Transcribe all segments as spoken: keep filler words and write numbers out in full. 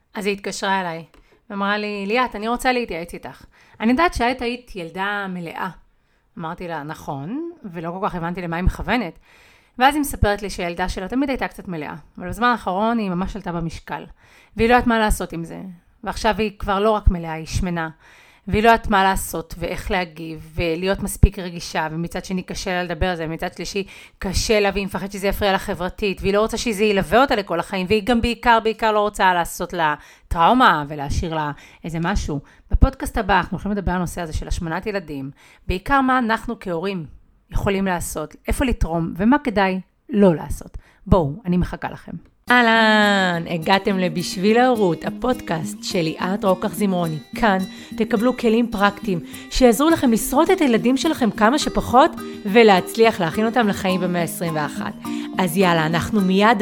אז היא התקשרה אליי, ואמרה לי, ליאת, אני רוצה להתייעץ איתך. אני יודעת שאת היית ילדה מלאה. אמרתי לה, נכון, ולא כל כך הבנתי למה היא מכוונת. ואז היא מספרת לי שהילדה שלה תמיד הייתה קצת מלאה, אבל בזמן האחרון היא ממש עלתה במשקל, והיא לא יודעת מה לעשות עם זה. ועכשיו היא כבר לא רק מלאה, היא שמנה, והיא לא יודעת מה לעשות ואיך להגיב, ולהיות מספיק רגישה, ומצד שני קשה לה לדבר על זה, ומצד שלישי קשה לה, והיא מפחדת שזה יפריע לה חברתית, והיא לא רוצה שזה ילווה אותה לכל החיים, והיא גם בעיקר, בעיקר לא רוצה לעשות לה טראומה, ולהשאיר לה איזה משהו. בפודקאסט הבא אנחנו הולכים לדבר על הנושא הזה של השמנת ילדים, בעיקר מה אנחנו כהורים יכולים לעשות, איפה לתרום, ומה כדאי לא לעשות. בואו, אני מחכה לכם. אהלן, הגעתם לבשביל ההורות, הפודקאסט של ליאת רוקח זמרוני. כאן תקבלו כלים פרקטיים שיעזרו לכם לשרוד את הילדים שלכם כמה שפחות ולהצליח להכין אותם לחיים במאה ה-עשרים ואחת. אז יאללה, אנחנו מיד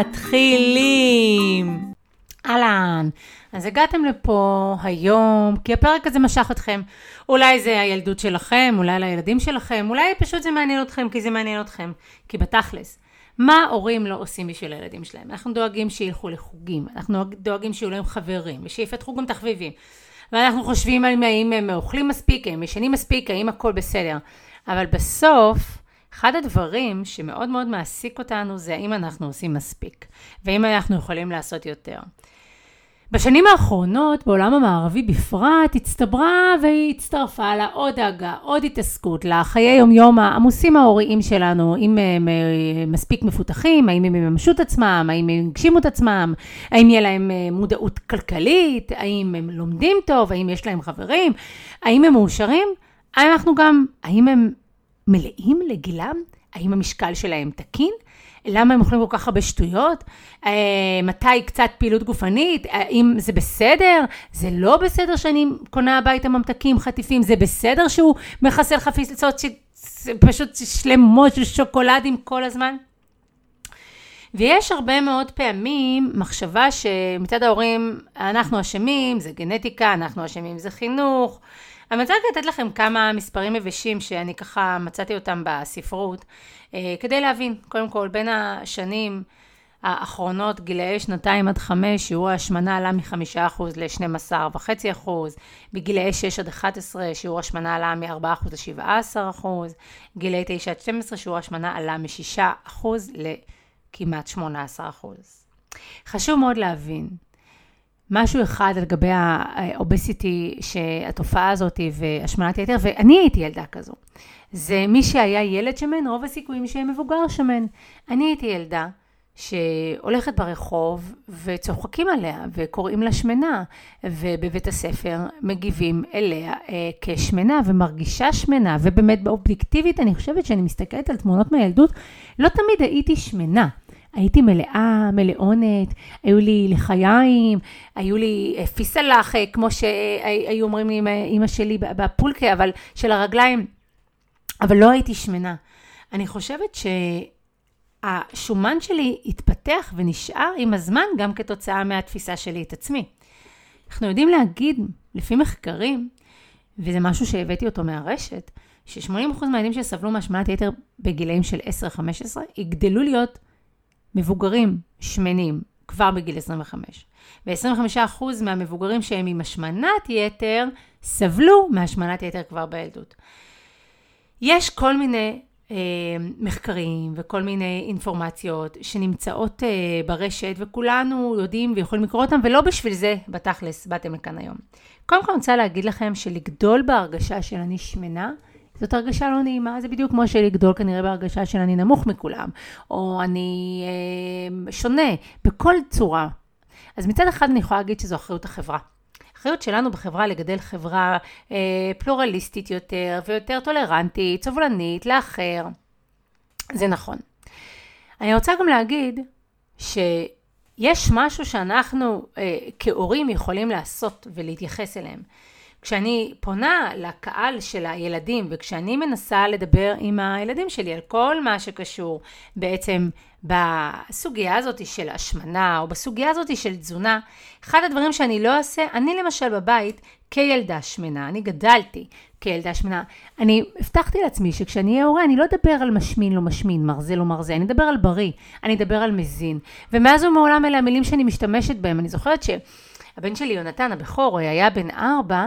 מתחילים. אהלן, אז הגעתם לפה היום כי הפרק הזה משך אתכם. אולי זה הילדות שלכם, אולי לילדים שלכם, אולי פשוט זה מעניין אתכם כי זה מעניין אתכם. כי בתכלס, מה הורים לא עושים בשביל הילדים שלהם? אנחנו דואגים שילכו לחוגים, אנחנו דואגים שיהיו להם חברים, ושיפתחו גם תחביבים. ואנחנו חושבים על האם הם אוכלים מספיק, האם ישנים מספיק, האם הכל בסדר. אבל בסוף, אחד הדברים שמאוד מאוד מעסיק אותנו זה האם אנחנו עושים מספיק, והאם אנחנו יכולים לעשות יותר. בשנים האחרונות, בעולם המערבי בפרט, הצטברה והצטרפה לה עוד דאגה, עוד התעסקות לחיי יום-יום העמוסים ההוריים שלנו, אם הם מספיק מפותחים, האם הם יממשו את עצמם, האם הם יגשימו את עצמם, האם יהיה להם מודעות כלכלית, האם הם לומדים טוב, האם יש להם חברים, האם הם מאושרים, אנחנו גם, האם הם מלאים לגילם, האם המשקל שלהם תקין, למה הם אוכלים כל כך הרבה שטויות? אה, מתי קצת פעילות גופנית? האם זה בסדר? זה לא בסדר שאני קונה הביתה ממתקים חטיפים? זה בסדר שהוא מחסל חפיסות שפשוט שלמות של שוקולדים כל הזמן? ויש הרבה מאוד פעמים מחשבה שמצד ההורים אנחנו אשמים, זה גנטיקה, אנחנו אשמים, זה חינוך. אני רוצה לתת לכם כמה מספרים מבשים שאני ככה מצאתי אותם בספרות, כדי להבין, קודם כל, בין השנים האחרונות, גילאי שנתיים עד חמש, שיעור ההשמנה עלה מ-חמישה אחוז ל-שנים עשר וחצי אחוז, בגילאי שש עד אחת עשרה, שיעור ההשמנה עלה מ-ארבעה אחוז ל-שבעה עשר אחוז, גילאי תשע עד שתים עשרה, שיעור ההשמנה עלה מ-שישה אחוז לכמעט שמונה עשר אחוז. חשוב מאוד להבין, משהו אחד לגבי האובסיטי, שהתופעה הזאת והשמנת יתר, ואני הייתי ילדה כזו. זה מי שהיה ילד שמן, רוב הסיכויים שיהיה מבוגר שמן. אני הייתי ילדה שהולכת ברחוב וצוחקים עליה וקוראים לה שמנה, ובבית הספר מגיבים אליה אה, כשמנה ומרגישה שמנה, ובאמת באובייקטיבית אני חושבת שאני מסתכלת על תמונות מהילדות, לא תמיד הייתי שמנה. הייתי מלאה, מלאונת, היו לי לחיים, היו לי פיסלח, כמו שהיו אומרים לי עם אמא שלי בפולקה, אבל של הרגליים, אבל לא הייתי שמנה. אני חושבת שהשומן שלי התפתח ונשאר עם הזמן גם כתוצאה מהתפיסה שלי את עצמי. אנחנו יודעים להגיד, לפי מחקרים, וזה משהו שהבאתי אותו מהרשת, ש-שמונים אחוז מהילדים שסבלו מהשמנת יתר בגילאים של עשר חמש עשרה, יגדלו להיות מבוגרים שמנים כבר בגיל עשרים וחמש. ו-עשרים וחמישה אחוז מהמבוגרים שהם עם השמנת יתר סבלו מהשמנת יתר כבר בילדות. יש כל מיני אה, מחקרים וכל מיני אינפורמציות שנמצאות אה, ברשת, וכולנו יודעים ויכולים לקרוא אותם, ולא בשביל זה בתכלס באתם לכאן היום. קודם כל אני רוצה להגיד לכם שלגדול בהרגשה של אני שמנה, זאת הרגשה לא נעימה, זה בדיוק כמו שלגדול כנראה בהרגשה של אני נמוך מכולם, או אני אה, שונה, בכל צורה. אז מצד אחד אני יכולה להגיד שזו אחריות החברה. האחריות שלנו בחברה לגדל חברה אה, פלורליסטית יותר, ויותר טולרנטית, סובלנית, לאחר. זה נכון. אני רוצה גם להגיד שיש משהו שאנחנו אה, כהורים יכולים לעשות ולהתייחס אליהם. כשאני פונה לקהל של הילדים, וכשאני מנסה לדבר עם הילדים שלי על כל מה שקשור בעצם בסוגיה הזאת של השמנה, או בסוגיה הזאת של תזונה, אחד הדברים שאני לא אעשה, אני למשל בבית כילדה שמנה, אני גדלתי כילדה שמנה, אני הבטחתי לעצמי שכשאני אהיה הורה, אני לא אדבר על משמין לא משמין, מרזה לא מרזה, אני אדבר על בריא, אני אדבר על מזין, ומאז ומעולם אלה המילים שאני משתמשת בהם, אני זוכרת ש... הבן שלי יונתן הבכור היה בן ארבע,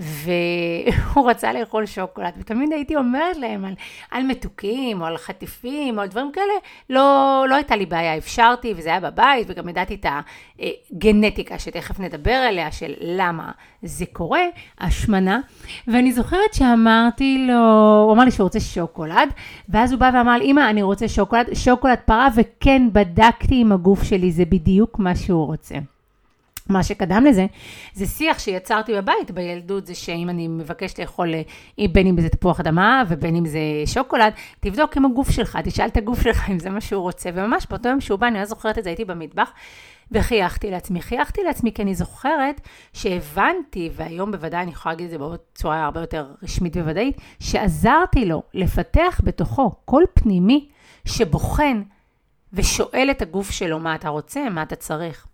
והוא רצה לאכול שוקולד, ותמיד הייתי אומרת להם על, על מתוקים, או על חטיפים, או על דברים כאלה, לא, לא הייתה לי בעיה, אפשרתי, וזה היה בבית, וגם ידעתי את הגנטיקה, שתכף נדבר עליה, של למה זה קורה, השמנה, ואני זוכרת שאמרתי לו, הוא אמר לי שהוא רוצה שוקולד, ואז הוא בא ואמר לי, אמא, אני רוצה שוקולד, שוקולד פרה, וכן, בדקתי עם הגוף שלי, זה בדיוק מה שהוא רוצה. מה שקדם לזה, זה שיח שיצרתי בבית בילדות, זה שאם אני מבקש לאכול, בין אם זה תפוח אדמה, ובין אם זה שוקולד, תבדוק עם הגוף שלך, תשאל את הגוף שלך אם זה מה שהוא רוצה, וממש באותו יום שהוא בא, אני זוכרת את זה, הייתי במטבח, וחייכתי לעצמי, חייכתי לעצמי, כי אני זוכרת שהבנתי, והיום בוודאי אני יכולה להגיד את זה בצורה הרבה יותר רשמית וודאית, שעזרתי לו לפתח בתוכו כל פנימי שבוחן ושואל את הגוף שלו מה אתה רוצה, מה אתה צריך.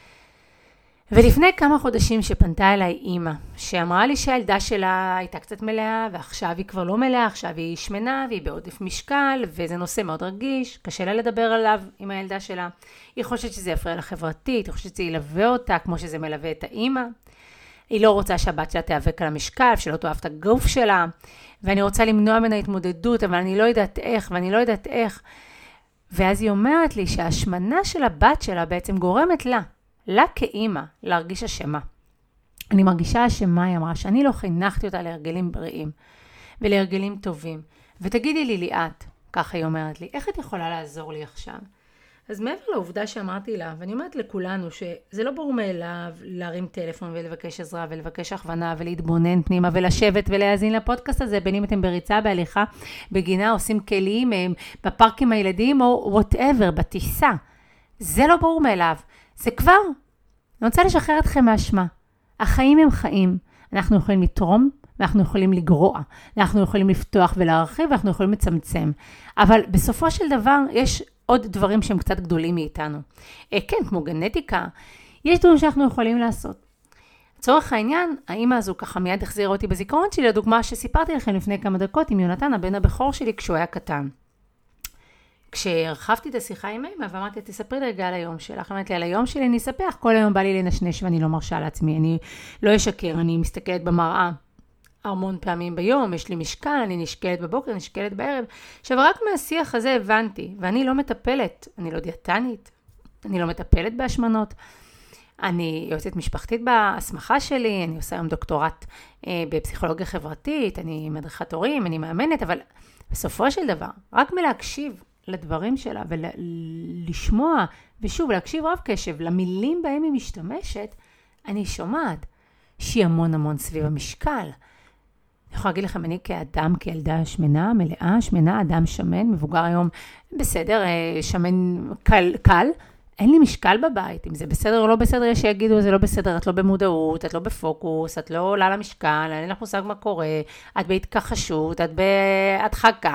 ולפני כמה חודשים שפנתה אליי אימא, שאמרה לי שהילדה שלה הייתה קצת מלאה, ועכשיו היא כבר לא מלאה, עכשיו היא שמנה, והיא בעודף משקל, וזה נושא מאוד רגיש, קשה לה לדבר עליו עם הילדה שלה. היא חושבת שזה יפריע לה חברתית, היא חושבת שזה ילווה אותה, כמו שזה מלווה את האימא. היא לא רוצה שהבת שלה תיאבק על המשקל, שלא תאהב את הגוף שלה, ואני רוצה למנוע ממנה התמודדות, אבל אני לא יודעת איך, ואני לא יודעת איך. ואז היא אומרת לי שההשמנה של הבת שלה בעצם גורמת לה, לה כאימא, להרגיש אשמה. אני מרגישה אשמה, היא אמרה, שאני לא חינכתי אותה להרגלים בריאים, ולהרגלים טובים. ותגידי לי ליאת, ככה היא אומרת לי, איך את יכולה לעזור לי עכשיו? אז מעבר לעובדה שאמרתי לה, ואני אומרת לכולנו, שזה לא ברור מאליו להרים טלפון ולבקש עזרה, ולבקש הכוונה, ולהתבונן פנימה, ולשבת ולהאזין לפודקאסט הזה, בין אם אתם בריצה, בהליכה, בגינה, עושים כלים, בפארק עם הילדים, או whatever, בטיסה. זה לא ברור מאליו. זה כבר, אני רוצה לשחרר אתכם מהאשמה. החיים הם חיים. אנחנו יכולים לתרום, ואנחנו יכולים לגרוע. אנחנו יכולים לפתוח ולהרחיב, ואנחנו יכולים לצמצם. אבל בסופו של דבר, יש עוד דברים שהם קצת גדולים מאיתנו. כן, כמו גנטיקה, יש דברים שאנחנו יכולים לעשות. לצורך העניין, האמא הזו ככה מיד החזירה אותי בזיכרון שלי, לדוגמה שסיפרתי לכם לפני כמה דקות עם יונתן, הבן הבכור שלי, כשהוא היה קטן. כשהרחבתי את השיחה עם אמא, ואמרתי, תספרי רגע על היום שלך. אמרתי לי, על היום שלי אני אספח, כל היום בא לי לנשנש ואני לא מרשה לעצמי, אני לא אשקר, אני מסתכלת במראה המון פעמים ביום, יש לי משקל, אני נשקלת בבוקר, נשקלת בערב. עכשיו, רק מהשיח הזה הבנתי, ואני לא מטפלת, אני לא דיאטנית, אני לא מטפלת בהשמנות, אני יועצת משפחתית בהסמכה שלי, אני עושה היום דוקטורט אה, בפסיכולוגיה חברתית, אני מדריכת הורים, אני מאמנת, אבל בסופו של דבר, רק מלהקשיב לדברים שלה ולשמוע, ושוב, להקשיב רב קשב, למילים בהם היא משתמשת, אני שומעת שהיא המון המון סביב המשקל. אני יכולה להגיד לכם, אני כאדם, כילדה שמנה, מלאה, שמנה, אדם שמן, מבוגר היום, בסדר, שמן קל, קל, אין לי משקל בבית, אם זה בסדר או לא בסדר, יש שיגידו, זה לא בסדר, את לא במודעות, את לא בפוקוס, את לא עולה למשקל, אין לך מושג מה קורה, את בהתכחשות, את בהדחקה,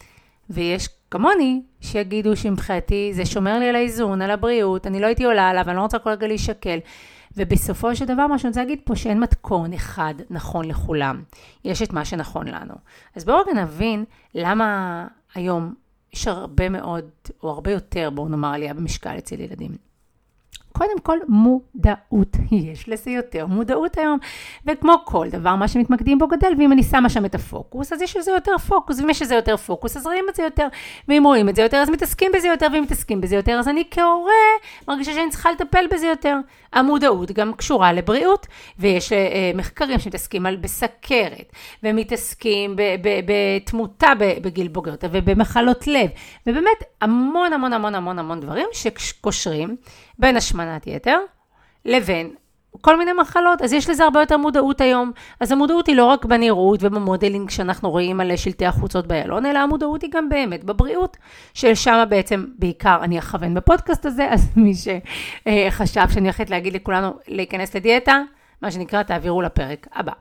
ויש כמוני שיגידו שמבחינתי זה שומר לי על האיזון, על הבריאות, אני לא הייתי עולה עליו, אני לא רוצה כל רגע להישקל. ובסופו של דבר מה שאני רוצה להגיד פה שאין מתכון אחד נכון לכולם. יש את מה שנכון לנו. אז בואו רגע נבין למה היום יש הרבה מאוד, או הרבה יותר, בואו נאמר עלייה במשקל אצל ילדים. קודם כל מודעות, יש לזה יותר מודעות היום, וכמו כל דבר, מה שמתמקדים בו גדל, ואם אני שמה שם את הפוקוס, אז יש לזה יותר פוקוס, ואם יש לזה יותר פוקוס, אז רואים את זה יותר, ואם רואים את זה יותר, אז מתעסקים בזה יותר, ואם מתעסקים בזה יותר, אז אני כהורה מרגישה שאני צריכה לטפל בזה יותר. המודעות גם קשורה לבריאות, ויש אה, מחקרים שמתעסקים על בסכרת, ומתעסקים בתמותה בגיל בוגר, ובמחלות לב, ובאמת המון המון המון המון המון דברים שקושרים בין השמנת יתר לבין כל מיני מחלות. אז יש לזה הרבה יותר מודעות היום. אז המודעות היא לא רק בנראות ובמודלינג שאנחנו רואים על שלטי החוצות באלון, אלא המודעות היא גם באמת בבריאות, ששם בעצם בעיקר אני אכוון בפודקאסט הזה, אז מי שחשב שאני הולכת להגיד לכולנו להיכנס לדיאטה, מה שנקרא תעבירו לפרק הבא.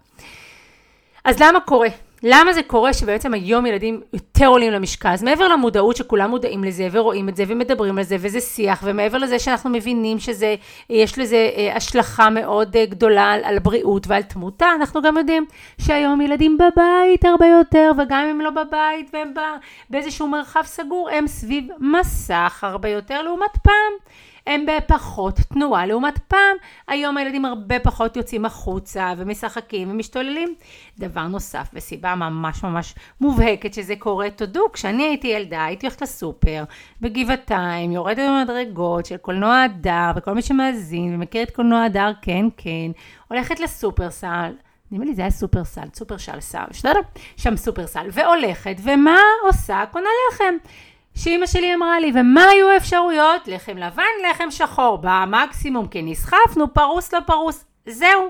אז למה קורה? למה זה קורה שבעצם היום ילדים יותר עולים למשקל? אז מעבר למודעות שכולם מודעים לזה ורואים את זה ומדברים על זה וזה שיח, ומעבר לזה שאנחנו מבינים שזה, יש לזה השלכה מאוד גדולה על הבריאות ועל תמותה, אנחנו גם יודעים שהיום ילדים בבית הרבה יותר, וגם אם הם לא בבית והם באיזשהו מרחב סגור, הם סביב מסך הרבה יותר לעומת פעם. הם בפחות תנועה לעומת פעם. היום הילדים הרבה פחות יוצאים החוצה ומשחקים ומשתוללים. דבר נוסף, וסיבה ממש ממש מובהקת שזה קורה, תודו, כשאני הייתי ילדה, הייתי הולכת לסופר בגבעתיים, יורדת במדרגות של קולנוע הדר, וכל מי שמאזין ומכיר את קולנוע הדר, כן, כן, הולכת לסופרסל, נראה לי זה היה סופרסל, סופרסל, סל, שם סופרסל, והולכת, ומה עושה? קונה לחם. שאמא שלי אמרה לי, ומה היו האפשרויות? לחם לבן, לחם שחור, במקסימום, כי נסחפנו, פרוס לא פרוס, זהו.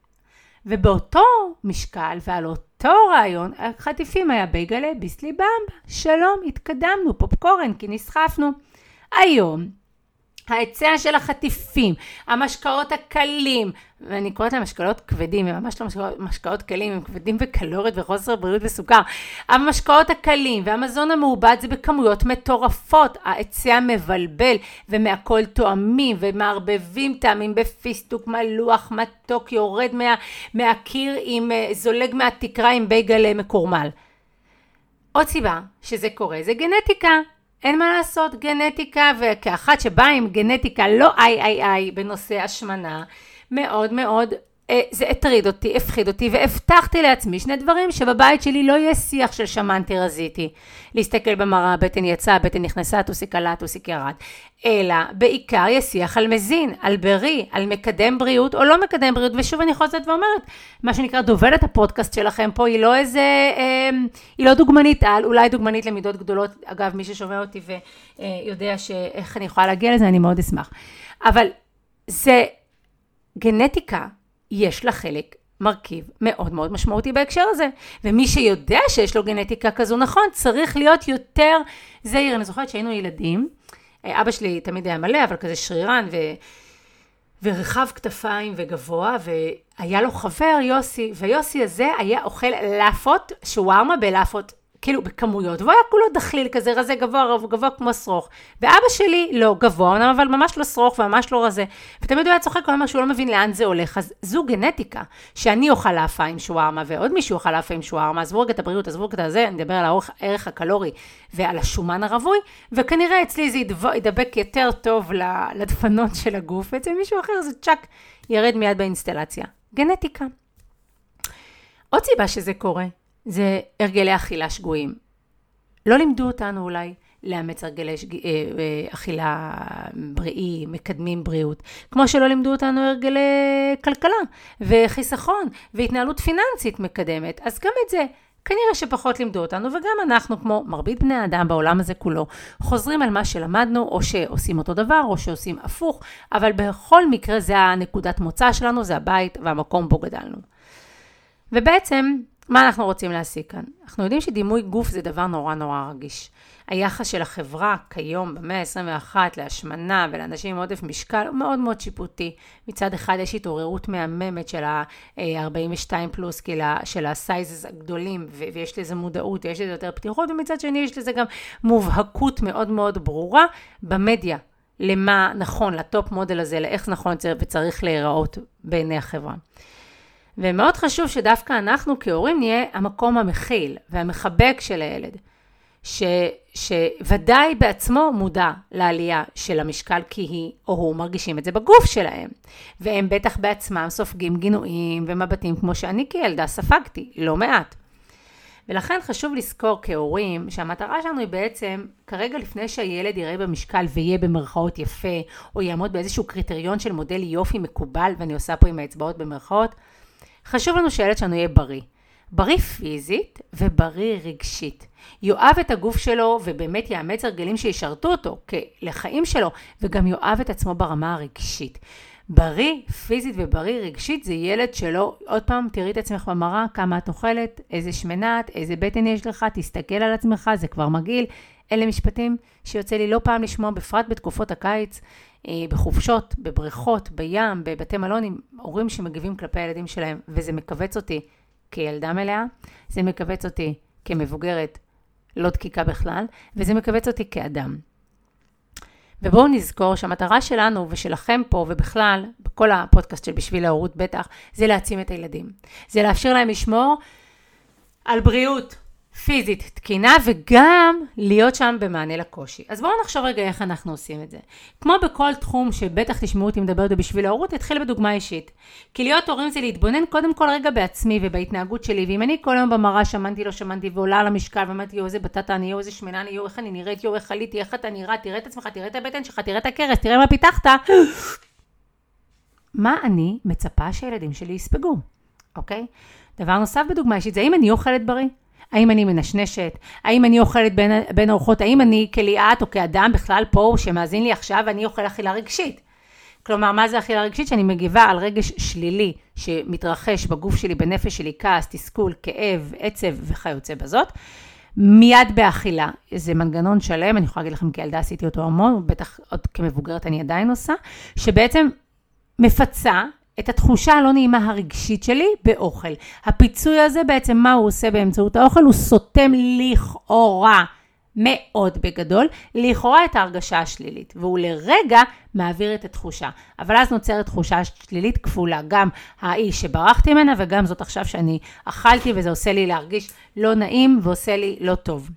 ובאותו משקל ועל אותו רעיון, החטיפים היה בייגלה, ביסלי במבה, שלום, התקדמנו, פופקורן, כי נסחפנו. היום, ההיצע של החטיפים, המשקאות הקלים, ואני קוראת להם משקאות כבדים, הם ממש לא משקאות, משקאות קלים, הם כבדים בקלוריות וחוסר בריאות וסוכר. המשקאות הקלים והמזון המעובד זה בכמויות מטורפות, ההיצע מבלבל ומהכל תואמים ומערבבים טעמים בפיסטוק, מלוח, מתוק, יורד מה, מהקיר עם זולג מהתקרה עם בייגלה מקורמל. עוד סיבה שזה קורה, זה גנטיקה. אין מה לעשות, גנטיקה, וכאחת שבאה עם גנטיקה לא איי איי איי בנושא השמנה, מאוד מאוד אה, זה הטריד אותי, הפחיד אותי, והבטחתי לעצמי שני דברים, שבבית שלי לא יהיה שיח של שמנתי רזיתי. להסתכל במראה, בטן יצא, בטן נכנסה, תוסיק עלה, תוסיק ירד. אלא בעיקר יהיה שיח על מזין, על בריא, על מקדם בריאות או לא מקדם בריאות, ושוב אני חוזרת ואומרת, מה שנקרא דוברת הפודקאסט שלכם פה, היא לא איזה, אה, היא לא דוגמנית על, אולי דוגמנית למידות גדולות, אגב מי ששומע אותי ויודע שאיך אני יכולה להגיע לזה, אני מאוד אשמח. אבל זה גנטיקה, יש לה חלק מרכיב מאוד מאוד משמעותי בהקשר הזה. ומי שיודע שיש לו גנטיקה כזו נכון, צריך להיות יותר זהיר. אני זוכרת שהיינו ילדים, אבא שלי תמיד היה מלא, אבל כזה שרירן ו... ורחב כתפיים וגבוה, והיה לו חבר יוסי, ויוסי הזה היה אוכל לאפות, שווארמה בלאפות, כאילו בכמויות, והוא היה כולו דחליל כזה, רזה גבוה, גבוה כמו שרוך. ואבא שלי לא גבוה, אבל ממש לא שרוך וממש לא רזה. ותמיד הוא היה צוחק, הוא אמר שהוא לא מבין לאן זה הולך. אז זו גנטיקה, שאני אוכל לאפה עם שוארמה, ועוד מישהו אוכל לאפה עם שוארמה, עזבו רגע את הבריאות, עזבו רגע את זה, אני אדבר על הערך, הערך הקלורי ועל השומן הרווי, וכנראה אצלי זה ידבק יותר טוב לדפנות של הגוף, ואצל מישהו אחר זה צ'ק ירד מיד באינסטלציה. גנטיקה. עוד סיבה שזה קורה. זה הרגלי אכילה שגויים. לא לימדו אותנו אולי לאמץ הרגלי שג... אכילה בריאי, מקדמים בריאות. כמו שלא לימדו אותנו הרגלי כלכלה וחיסכון והתנהלות פיננסית מקדמת. אז גם את זה כנראה שפחות לימדו אותנו, וגם אנחנו כמו מרבית בני האדם בעולם הזה כולו, חוזרים על מה שלמדנו, או שעושים אותו דבר, או שעושים הפוך, אבל בכל מקרה זה הנקודת מוצא שלנו, זה הבית והמקום בו גדלנו. ובעצם, מה אנחנו רוצים להשיג כאן? אנחנו יודעים שדימוי גוף זה דבר נורא נורא רגיש. היחס של החברה כיום במאה ה-עשרים ואחת להשמנה ולאנשים עם עודף משקל הוא מאוד מאוד שיפוטי. מצד אחד יש התעוררות מהממת של ה-ארבעים ושתיים פלוס, של הסייזס הגדולים, ויש לזה מודעות, ויש לזה יותר פתיחות, ומצד שני יש לזה גם מובהקות מאוד מאוד ברורה במדיה, למה נכון, לטופ מודל הזה, לאיך נכון וצריך להיראות בעיני החברה. ומאוד חשוב שדווקא אנחנו כהורים נהיה המקום המכיל והמחבק של הילד, ש, שוודאי בעצמו מודע לעלייה של המשקל, כי היא או הוא מרגישים את זה בגוף שלהם, והם בטח בעצמם סופגים גינויים ומבטים כמו שאני כילדה ספגתי, לא מעט. ולכן חשוב לזכור כהורים שהמטרה שלנו היא בעצם, כרגע לפני שהילד יראה במשקל ויהיה במרכאות יפה, או יעמוד באיזשהו קריטריון של מודל יופי מקובל, ואני עושה פה עם האצבעות במרכאות, חשוב לנו שהילד שלנו יהיה בריא. בריא פיזית ובריא רגשית. יואב את הגוף שלו ובאמת יאמץ הרגלים שישרתו אותו לחיים שלו, וגם יואב את עצמו ברמה הרגשית. בריא פיזית ובריא רגשית זה ילד שלו, עוד פעם תראי את עצמך במראה, כמה את אוכלת, איזה שמנת, איזה בטן יש לך, תסתכל על עצמך, זה כבר מגעיל. אלה משפטים שיוצא לי לא פעם לשמוע, בפרט בתקופות הקיץ, בחופשות, בבריכות, בים, בבתי מלון, עם הורים שמגיבים כלפי הילדים שלהם, וזה מקבץ אותי כילדה מלאה, זה מקבץ אותי כמבוגרת, לא דקיקה בכלל, וזה מקבץ אותי כאדם. ובואו נזכור שהמטרה שלנו ושלכם פה ובכלל, בכל הפודקאסט של בשביל ההורות בטח, זה להעצים את הילדים. זה לאפשר להם לשמור על בריאות פיזית תקינה, וגם להיות שם במענה לקושי. אז בואו נחשוב רגע איך אנחנו עושים את זה. כמו בכל תחום שבטח תשמעו אותי מדברת בשביל ההורות, תתחיל בדוגמה אישית. כי להיות הורים זה להתבונן קודם כל רגע בעצמי ובהתנהגות שלי, ואם אני כל היום במראה שמנתי לא שמנתי ועולה על המשקל ואמרתי יו איזה בטטה אני, יו איזה שמנה אני, יו איך אני נראית, יו איך עליתי, איך אתה נראה, תראה את עצמך, תראה את הבטן שלך, תראה את הקרס, תראה מה פיתחת. מה אני מצפה שהילדים שלי יספגו? אוקיי? דבר נוסף בדוגמה אישית זה האם אני אוכלת בריא? האם אני מנשנשת? האם אני אוכלת בין, בין ארוחות? האם אני כליאת או כאדם בכלל פה שמאזין לי עכשיו ואני אוכל אכילה רגשית? כלומר, מה זה אכילה רגשית? שאני מגיבה על רגש שלילי שמתרחש בגוף שלי, בנפש שלי, כעס, תסכול, כאב, עצב וכיוצא בזאת. מיד באכילה. זה מנגנון שלם, אני יכולה להגיד לכם כילדה עשיתי אותו המון, בטח עוד כמבוגרת אני עדיין עושה, שבעצם מפצה את התחושה הלא נעימה הרגשית שלי באוכל. הפיצוי הזה בעצם מה הוא עושה באמצעות האוכל? הוא סותם לכאורה מאוד בגדול, לכאורה את ההרגשה השלילית, והוא לרגע מעביר את התחושה. אבל אז נוצרת תחושה שלילית כפולה, גם האיש שברחתי ממנה וגם זאת עכשיו שאני אכלתי וזה עושה לי להרגיש לא נעים ועושה לי לא טוב.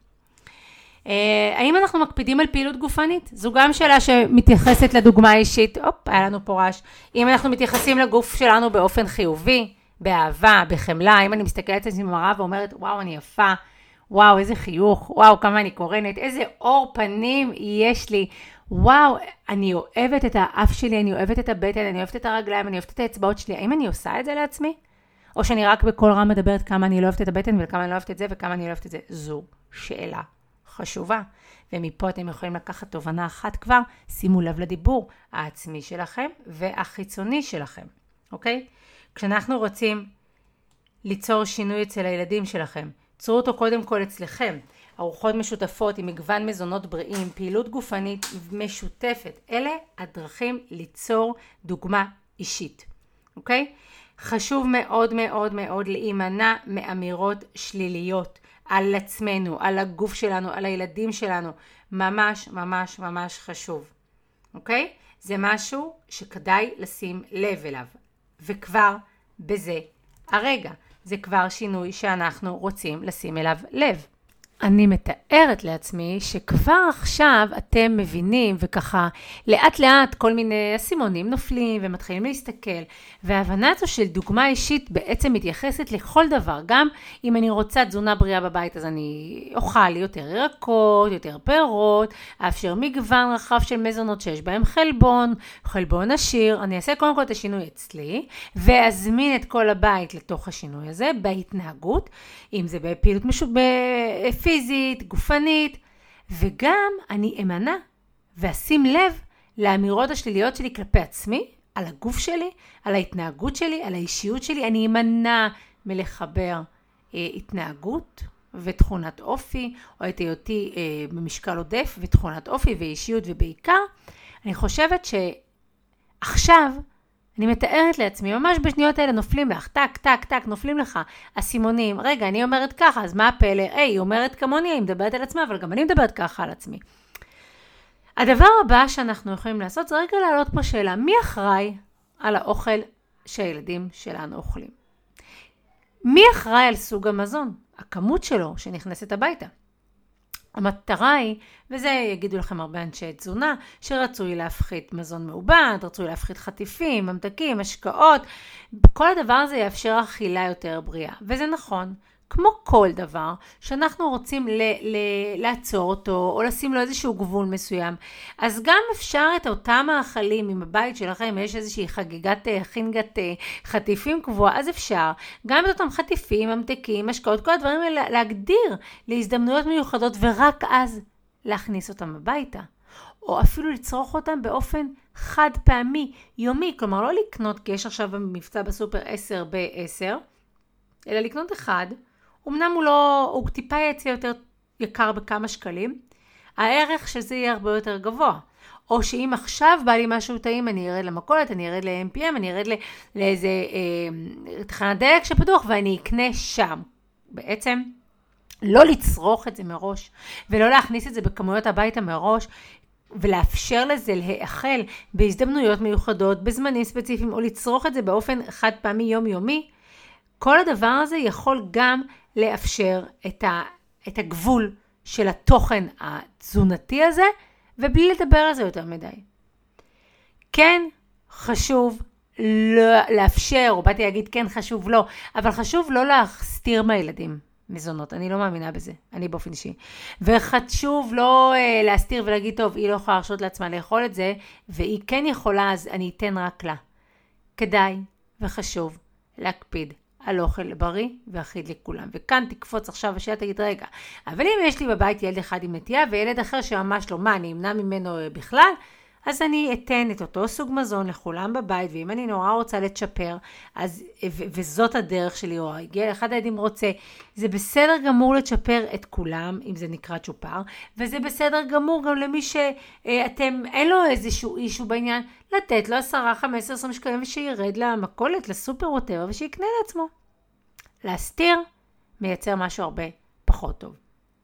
האם אנחנו מקפידים על פעילות גופנית? זו גם שאלה שמתייחסת לדוגמה אישית. אופ, היה לנו פה רעש. אם אנחנו מתייחסים לגוף שלנו באופן חיובי, באהבה, בחמלה, אם אני מסתכלת על זה במראה ואומרת, וואו, אני יפה, וואו, איזה חיוך, וואו, כמה אני קורנת, איזה אור פנים יש לי, וואו, אני אוהבת את האף שלי, אני אוהבת את הבטן, אני אוהבת את הרגליים, אני אוהבת את האצבעות שלי. האם אני עושה את זה לעצמי? או שאני רק בכל רם מדברת כמה אני לא אוהבת את הבטן וכמה אני לא אוהבת את זה וכמה אני לא אוהבת את זה? זו שאלה חשובה. ומפה אתם יכולים לקחת תובנה אחת כבר, שימו לב לדיבור העצמי שלכם והחיצוני שלכם, אוקיי? כשאנחנו רוצים ליצור שינוי אצל הילדים שלכם, צרו אותו קודם כל אצלכם, ארוחות משותפות עם מגוון מזונות בריאים, פעילות גופנית משותפת, אלה הדרכים ליצור דוגמה אישית, אוקיי? חשוב מאוד מאוד מאוד להימנע מאמירות שליליות על עצמנו, על הגוף שלנו, על הילדים שלנו, ממש ממש ממש חשוב, אוקיי? זה משהו שכדאי לשים לב אליו, וכבר בזה הרגע, זה כבר שינוי שאנחנו רוצים לשים אליו לב. אני מתארת לעצמי שכבר עכשיו אתם מבינים וככה לאט לאט כל מיני אסימונים נופלים ומתחילים להסתכל, וההבנה הזו של דוגמה אישית בעצם מתייחסת לכל דבר. גם אם אני רוצה תזונה בריאה בבית אז אני אוכל יותר ירקות, יותר פירות, אפשר מגוון רחב של מזונות שיש בהם חלבון, חלבון עשיר. אני אעשה קודם כל את השינוי אצלי ואזמין את כל הבית לתוך השינוי הזה בהתנהגות, אם זה בפעילות משהו פיזית, גופנית, וגם אני אמנע ואשים לב לאמירות השליליות שלי כלפי עצמי, על הגוף שלי, על ההתנהגות שלי, על האישיות שלי. אני אמנע מלחבר אה, התנהגות ותכונת אופי, או את היותי אה, במשקל עודף ותכונת אופי ואישיות, ובעיקר אני חושבת שעכשיו אני מתארת לעצמי, ממש בשניות האלה נופלים לך, טק, טק, טק, נופלים לך הסימונים. רגע, אני אומרת ככה, אז מה הפלא? היי, היא אומרת כמוני, היא מדברת על עצמה, אבל גם אני מדברת ככה על עצמי. הדבר הבא שאנחנו יכולים לעשות, זה רגע להעלות פה שאלה, מי אחראי על האוכל שהילדים שלנו אוכלים? מי אחראי על סוג המזון? הכמות שלו שנכנסת הביתה. המטרה היא, וזה יגידו לכם הרבה אנשי תזונה, שרצוי להפחית מזון מעובד, רצוי להפחית חטיפים, ממתקים, השקעות. כל הדבר הזה יאפשר אכילה יותר בריאה. וזה נכון, כמו כל דבר שאנחנו רוצים ל- ל- לעצור אותו, או לשים לו איזשהו גבול מסוים. אז גם אפשר את אותם האכלים, אם בבית שלכם יש איזושהי חגיגת חינגת חטיפים קבועה, אז אפשר גם את אותם חטיפים, ממתקים, השקעות, כל הדברים האלה להגדיר להזדמנויות מיוחדות, ורק אז להכניס אותם הביתה. או אפילו לצרוך אותם באופן חד פעמי, יומי, כלומר לא לקנות, כי יש עכשיו מבצע בסופר עשר ב-עשר, אלא לקנות אחד, אמנם הוא לא, הוא טיפה יצא יותר יקר בכמה שקלים, הערך של זה יהיה הרבה יותר גבוה. או שאם עכשיו בא לי משהו טעים, אני ארד למכולת, אני ארד ל-אם פי אם, אני ארד לאיזה אה, תחנת דלק שפתוח, ואני אקנה שם. בעצם, לא לצרוך את זה מראש, ולא להכניס את זה בכמויות הביתה מראש, ולאפשר לזה להאכל בהזדמנויות מיוחדות, בזמנים ספציפיים, או לצרוך את זה באופן חד פעמי יומיומי. כל הדבר הזה יכול גם לאפשר את את הגבול של התוכן התזונתי הזה, ובלי לדבר על זה יותר מדי. כן, חשוב לא, לאפשר, או באתי להגיד כן חשוב לא, אבל חשוב לא להסתיר מהילדים מזונות. אני לא מאמינה בזה, אני באופן אישי. וחשוב לא אה, להסתיר ולהגיד, טוב, היא לא יכולה להרשות לעצמה לאכול את זה, והיא כן יכולה, אז אני אתן רק לה. כדאי וחשוב להקפיד על אוכל בריא ואחיד לכולם. וכאן תקפוץ עכשיו השאלה, תגיד, רגע, אבל אם יש לי בבית ילד אחד עם נטייה, וילד אחר שממש לא, מה, אני אמנע ממנו בכלל? אז אני אתן את אותו סוג מזון לכולם בבית, ואם אני נורא רוצה לצ'פר, אז, ו- וזאת הדרך שלי, או הגיע אחד הילדים רוצה, זה בסדר גמור לצ'פר את כולם, אם זה נקרא צ'ופר, וזה בסדר גמור גם למי שאתם, אין לו איזשהו אישו בעניין, לתת לו עשרה, חמש עשרה, עשרים שקלים, ושירד למכולת, לסופר ווטר, ושיקנה לעצמו. להסתיר, מייצר משהו הרבה פחות טוב.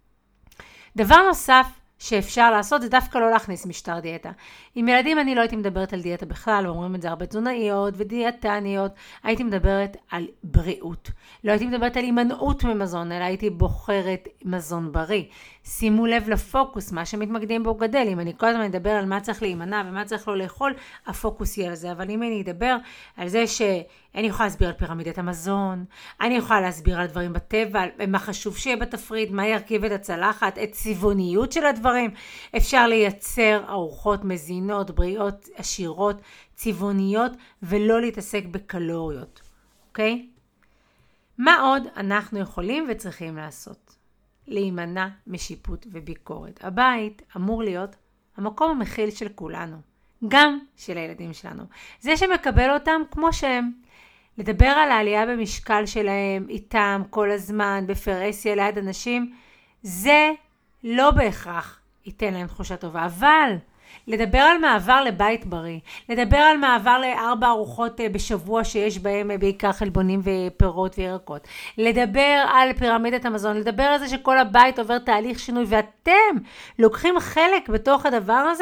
דבר נוסף, שאפשר לעשות זה דווקא לא להכניס משטר דיאטה. עם ילדים אני לא הייתי מדברת על דיאטה בכלל, אומרים את זה הרבה תזונאיות ודיאטניות, הייתי מדברת על בריאות. לא הייתי מדברת על הימנעות ממזון, אלא הייתי בוחרת מזון בריא. שימו לב לפוקוס, מה שמתמקדים בו גדל. אם אני כל הזמן אדבר על מה צריך להימנע ומה צריך לא לאכול, הפוקוס יהיה על זה. אבל אם אני אדבר על זה שאני יכולה להסביר על פירמידת המזון, אני יכולה להסביר על דברים בטבע, מה חשוב שיהיה בתפריט, מה ירכיב את הצלחת, את צבעוניות של הדברים. אפשר לייצר ארוחות מזינות, בריאות, עשירות, צבעוניות, ולא להתעסק בקלוריות. אוקיי? מה עוד אנחנו יכולים וצריכים לעשות? להימנע משיפוט וביקורת. הבית אמור להיות המקום המכיל של כולנו, גם של הילדים שלנו. זה שמקבל אותם כמו שהם. לדבר על העלייה במשקל שלהם, איתם, כל הזמן, בפרהסיה ליד אנשים, זה לא בהכרח ייתן להם תחושה טובה. אבל לדבר על מעבר לבית בריא, לדבר על מעבר לארבע ארוחות בשבוע שיש בהם בעיקר חלבונים ופירות וירקות, לדבר על פירמידת המזון, לדבר על זה שכל הבית עובר תהליך שינוי ואתם לוקחים חלק בתוך הדבר הזה,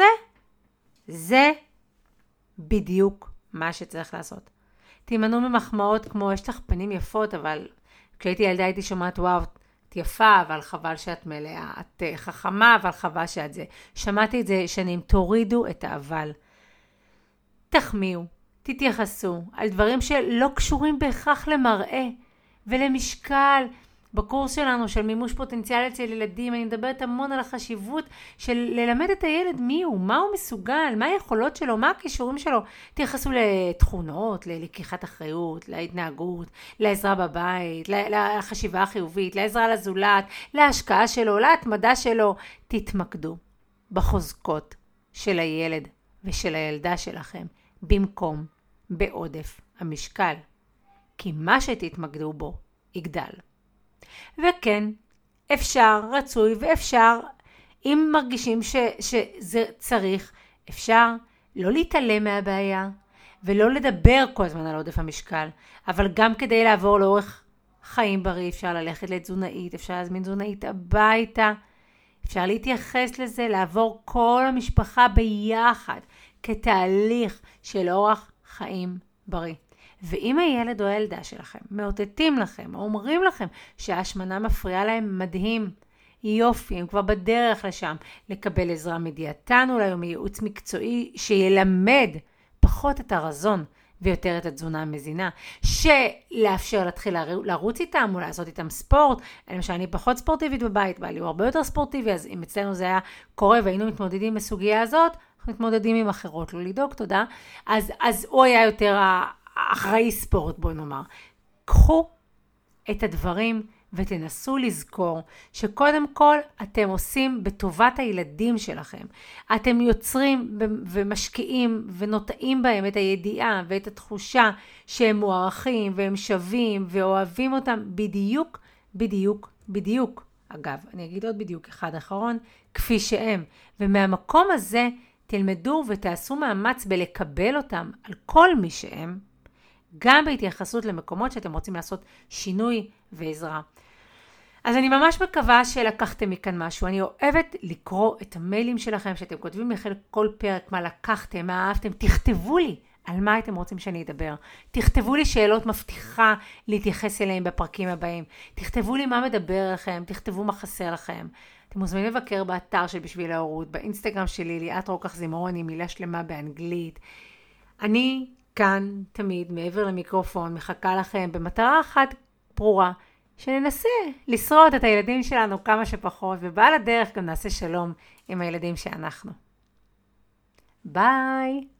זה בדיוק מה שצריך לעשות. תימנעו ממחמאות כמו יש לך פנים יפות, אבל כשהייתי ילדה הייתי שומעת וואו, את יפה, אבל חבל שאת מלאה, את חכמה, אבל חבל שאת זה. שמעתי את זה שנים, תורידו את האבל. תחמיאו, תתייחסו על דברים שלא קשורים בהכרח למראה ולמשקל. בקורס שלנו של מימוש פוטנציאל אצל ילדים, אני מדברת המון על החשיבות של ללמד את הילד מי הוא, מה הוא מסוגל, מה היכולות שלו, מה הכישורים שלו. תייחסו לתכונות, ללקיחת אחריות, להתנהגות, לעזרה בבית, לחשיבה החיובית, לעזרה לזולת, להשקעה שלו, להתמדה שלו. תתמקדו בחוזקות של הילד ושל הילדה שלכם, במקום בעודף המשקל. כי מה שתתמקדו בו יגדל. וכן, אפשר, רצוי ואפשר, אם מרגישים ש, שזה צריך, אפשר לא להתעלם מהבעיה ולא לדבר כל הזמן על עודף המשקל, אבל גם כדי לעבור לאורך חיים בריא, אפשר ללכת לתזונאית, אפשר להזמין תזונאית הביתה, אפשר להתייחס לזה, לעבור כל המשפחה ביחד כתהליך של אורח חיים בריא. ואם הילד או הילדה שלכם מאותתים לכם או אומרים לכם שההשמנה מפריעה להם, מדהים, יופי, הם כבר בדרך לשם, לקבל עזרה מדיאטן אולי או מייעוץ מקצועי שילמד פחות את הרזון ויותר את התזונה המזינה, שלאפשר להתחיל לרוץ איתם או לעשות איתם ספורט. למשל, אני פחות ספורטיבית בבית, בעלי הוא הרבה יותר ספורטיבי, אז אם אצלנו זה היה קורה והיינו מתמודדים בסוגיה הזאת, אנחנו מתמודדים עם אחרות, לא לדאוג, תודה. אז, אז הוא היה יותר אחראי ספורט, בואי נאמר. קחו את הדברים ותנסו לזכור שקודם כל אתם עושים בטובת הילדים שלכם. אתם יוצרים ומשקיעים ונוטעים בהם את הידיעה ואת התחושה שהם מוערכים והם שווים ואוהבים אותם בדיוק, בדיוק, בדיוק. אגב, אני אגיד עוד בדיוק אחד אחרון, כפי שהם. ומהמקום הזה תלמדו ותעשו מאמץ בלקבל אותם על כל מי שהם, גם בהתייחסות למקומות שאתם רוצים לעשות שינוי ועזרה. אז אני ממש מקווה שלקחתם מכאן משהו. אני אוהבת לקרוא את המיילים שלכם, שאתם כותבים לכם כל פרק מה לקחתם, מה אהבתם. תכתבו לי על מה אתם רוצים שאני אדבר? תכתבו לי שאלות מבטיחה להתייחס אליהם בפרקים הבאים. תכתבו לי מה מדבר לכם, תכתבו מה חסר לכם. אתם מוזמנים לבקר באתר של בשביל ההורות, באינסטגרם שלי, ליאת רוקח זימרון עם מילה שלמה באנגלית. אני כאן תמיד מעבר למיקרופון, מחכה לכם במטרה אחת ברורה, שננסה לשרוד את הילדים שלנו כמה שפחות, ובעל הדרך גם נעשה שלום עם הילדים שאנחנו. ביי!